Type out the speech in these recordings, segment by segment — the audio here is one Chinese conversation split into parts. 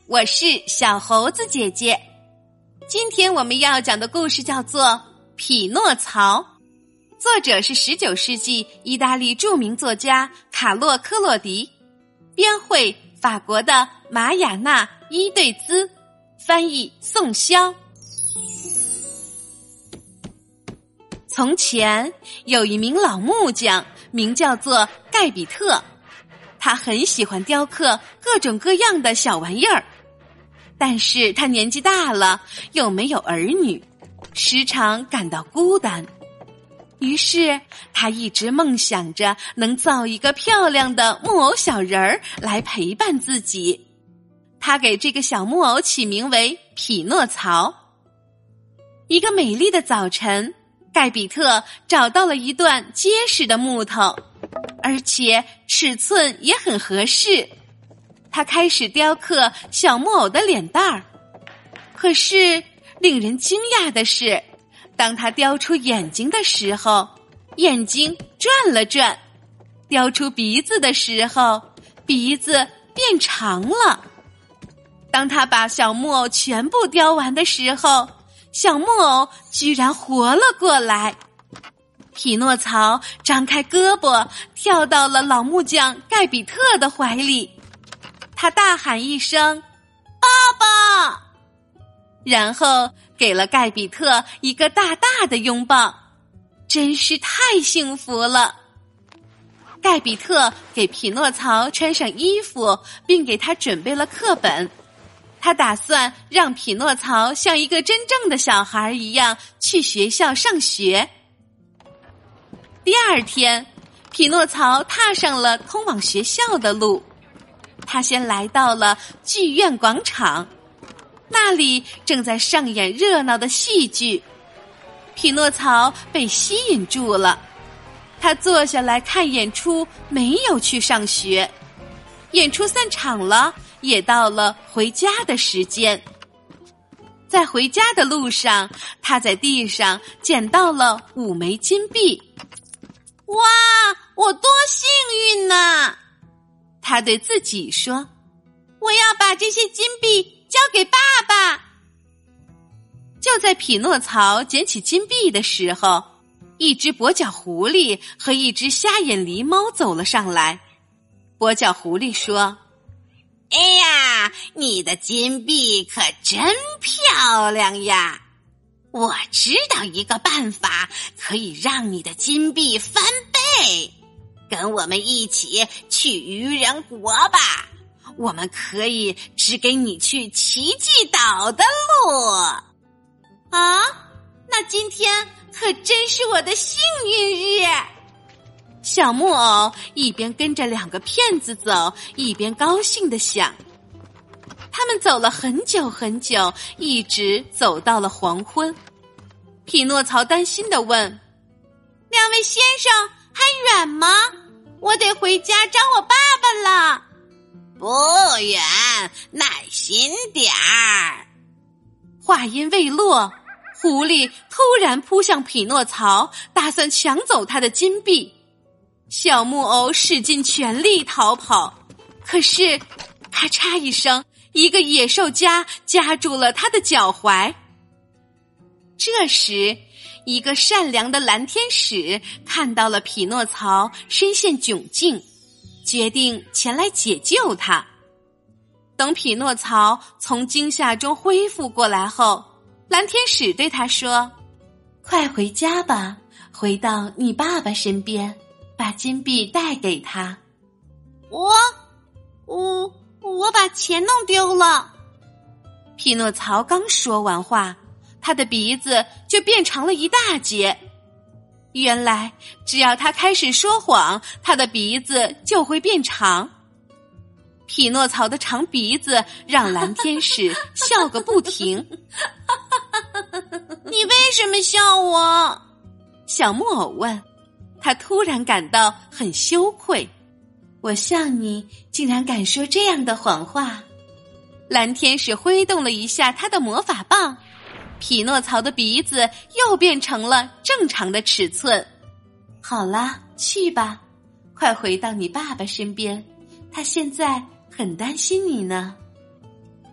我是小猴子姐姐。今天我们要讲的故事叫做《匹诺曹》，作者是19世纪意大利著名作家卡洛·科洛迪，编绘法国的玛雅娜·伊对兹，翻译宋潇。从前有一名老木匠，名叫做盖比特，他很喜欢雕刻各种各样的小玩意儿，但是他年纪大了，又没有儿女，时常感到孤单。于是他一直梦想着能造一个漂亮的木偶小人儿来陪伴自己。他给这个小木偶起名为匹诺曹。一个美丽的早晨，盖比特找到了一段结实的木头，而且尺寸也很合适。他开始雕刻小木偶的脸蛋儿。可是令人惊讶的是，当他雕出眼睛的时候，眼睛转了转；雕出鼻子的时候，鼻子变长了。当他把小木偶全部雕完的时候，小木偶居然活了过来。匹诺曹张开胳膊，跳到了老木匠盖比特的怀里。他大喊一声：“爸爸！”然后给了盖比特一个大大的拥抱，真是太幸福了。盖比特给匹诺曹穿上衣服，并给他准备了课本。他打算让匹诺曹像一个真正的小孩一样去学校上学。第二天，匹诺曹踏上了通往学校的路。他先来到了剧院广场，那里正在上演热闹的戏剧。匹诺曹被吸引住了，他坐下来看演出，没有去上学。演出散场了，也到了回家的时间。在回家的路上，他在地上捡到了5枚金币。哇，我多幸运呐！他对自己说，我要把这些金币交给爸爸。就在匹诺曹捡起金币的时候，一只跛脚狐狸和一只瞎眼狸猫走了上来。跛脚狐狸说， 哎呀，你的金币可真漂亮呀！我知道一个办法可以让你的金币翻倍，跟我们一起去愚人国吧，我们可以指给你去奇迹岛的路。 啊，那今天可真是我的幸运日！小木偶一边跟着2个骗子走，一边高兴地想。他们走了很久很久，一直走到了黄昏。匹诺曹担心地问，2位先生，还远吗？我得回家找我爸爸了。 不远，耐心点儿。 话音未落，狐狸突然扑向匹诺曹，打算抢走他的金币。小木偶使尽全力逃跑，可是咔嚓一声，一个野兽夹住了他的脚踝。这时，一个善良的蓝天使看到了匹诺曹身陷窘境，决定前来解救他。等匹诺曹从惊吓中恢复过来后，蓝天使对他说，快回家吧，回到你爸爸身边，把金币带给他。我把钱弄丢了。匹诺曹刚说完话，他的鼻子就变长了一大截。原来只要他开始说谎，他的鼻子就会变长。匹诺曹的长鼻子让蓝天使笑个不停。你为什么笑我？小木偶问。他突然感到很羞愧。我笑你竟然敢说这样的谎话。蓝天使挥动了一下他的魔法棒，匹诺曹的鼻子又变成了正常的尺寸。好啦，去吧，快回到你爸爸身边，他现在很担心你呢。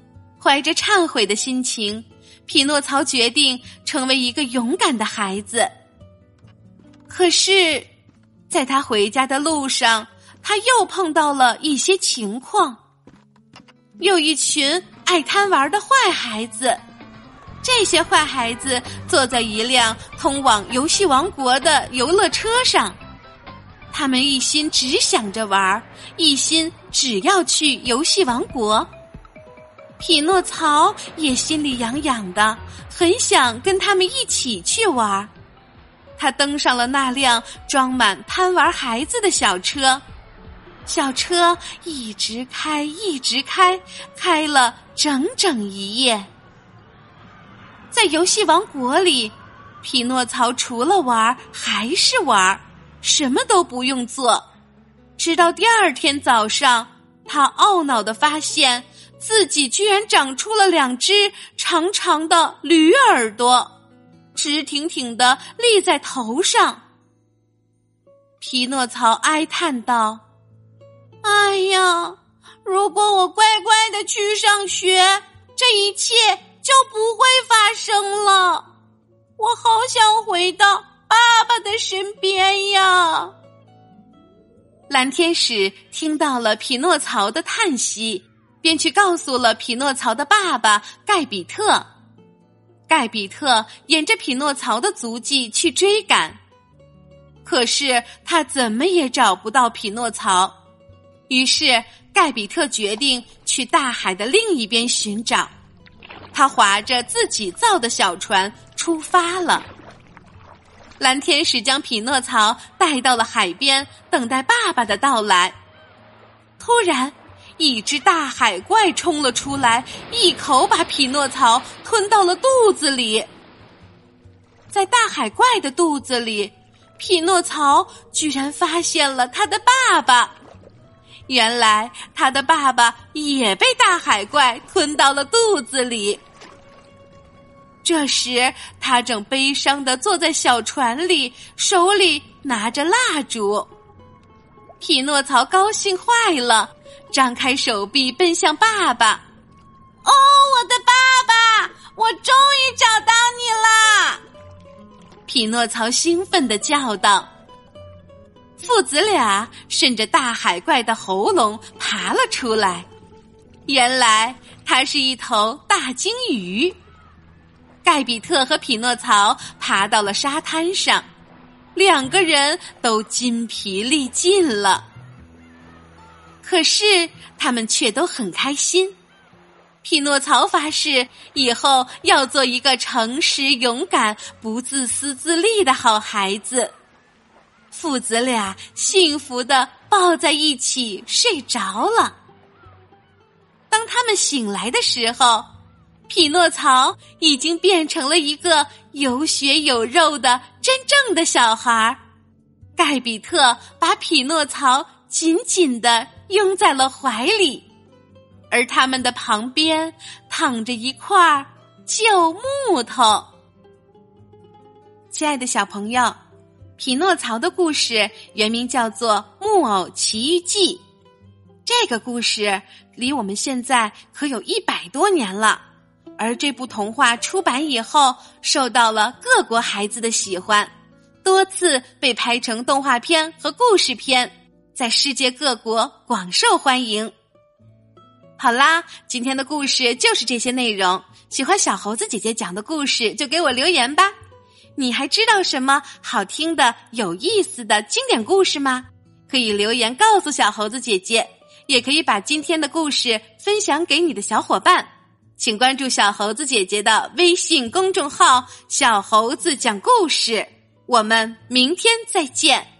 怀着忏悔的心情，匹诺曹决定成为一个勇敢的孩子。可是，在他回家的路上，他又碰到了一些情况。有一群爱贪玩的坏孩子，这些坏孩子坐在一辆通往游戏王国的游乐车上，他们一心只想着玩，一心只要去游戏王国。匹诺曹也心里痒痒的，很想跟他们一起去玩。他登上了那辆装满贪玩孩子的小车，小车一直开，一直开，开了整整一夜。在游戏王国里，匹诺曹除了玩还是玩，什么都不用做。直到第二天早上，他懊恼地发现自己居然长出了2只长长的驴耳朵，直挺挺地立在头上。匹诺曹哀叹道：哎呀，如果我乖乖地去上学，这一切就不会发生了。我好想回到爸爸的身边呀。蓝天使听到了匹诺曹的叹息，便去告诉了匹诺曹的爸爸盖比特。盖比特沿着匹诺曹的足迹去追赶，可是他怎么也找不到匹诺曹。于是盖比特决定去大海的另一边寻找。他划着自己造的小船出发了。蓝天使将匹诺曹带到了海边，等待爸爸的到来。突然，一只大海怪冲了出来，一口把匹诺曹吞到了肚子里。在大海怪的肚子里，匹诺曹居然发现了他的爸爸。原来他的爸爸也被大海怪吞到了肚子里。这时他正悲伤地坐在小船里，手里拿着蜡烛。匹诺曹高兴坏了，张开手臂奔向爸爸。哦，我的爸爸，我终于找到你啦！匹诺曹兴奋地叫道。父子俩顺着大海怪的喉咙爬了出来，原来它是一头大鲸鱼。盖比特和匹诺曹爬到了沙滩上，2个人都筋疲力尽了。可是他们却都很开心。匹诺曹发誓以后要做一个诚实、勇敢、不自私自利的好孩子。父子俩幸福地抱在一起睡着了。当他们醒来的时候，匹诺曹已经变成了一个有血有肉的真正的小孩。盖比特把匹诺曹紧紧地拥在了怀里，而他们的旁边躺着一块旧木头。亲爱的小朋友，匹诺曹的故事原名叫做《木偶奇遇记》。这个故事离我们现在可有100多年了，而这部童话出版以后，受到了各国孩子的喜欢，多次被拍成动画片和故事片，在世界各国广受欢迎。好啦，今天的故事就是这些内容。喜欢小猴子姐姐讲的故事，就给我留言吧。你还知道什么好听的、有意思的经典故事吗？可以留言告诉小猴子姐姐，也可以把今天的故事分享给你的小伙伴。请关注小猴子姐姐的微信公众号“小猴子讲故事”。我们明天再见。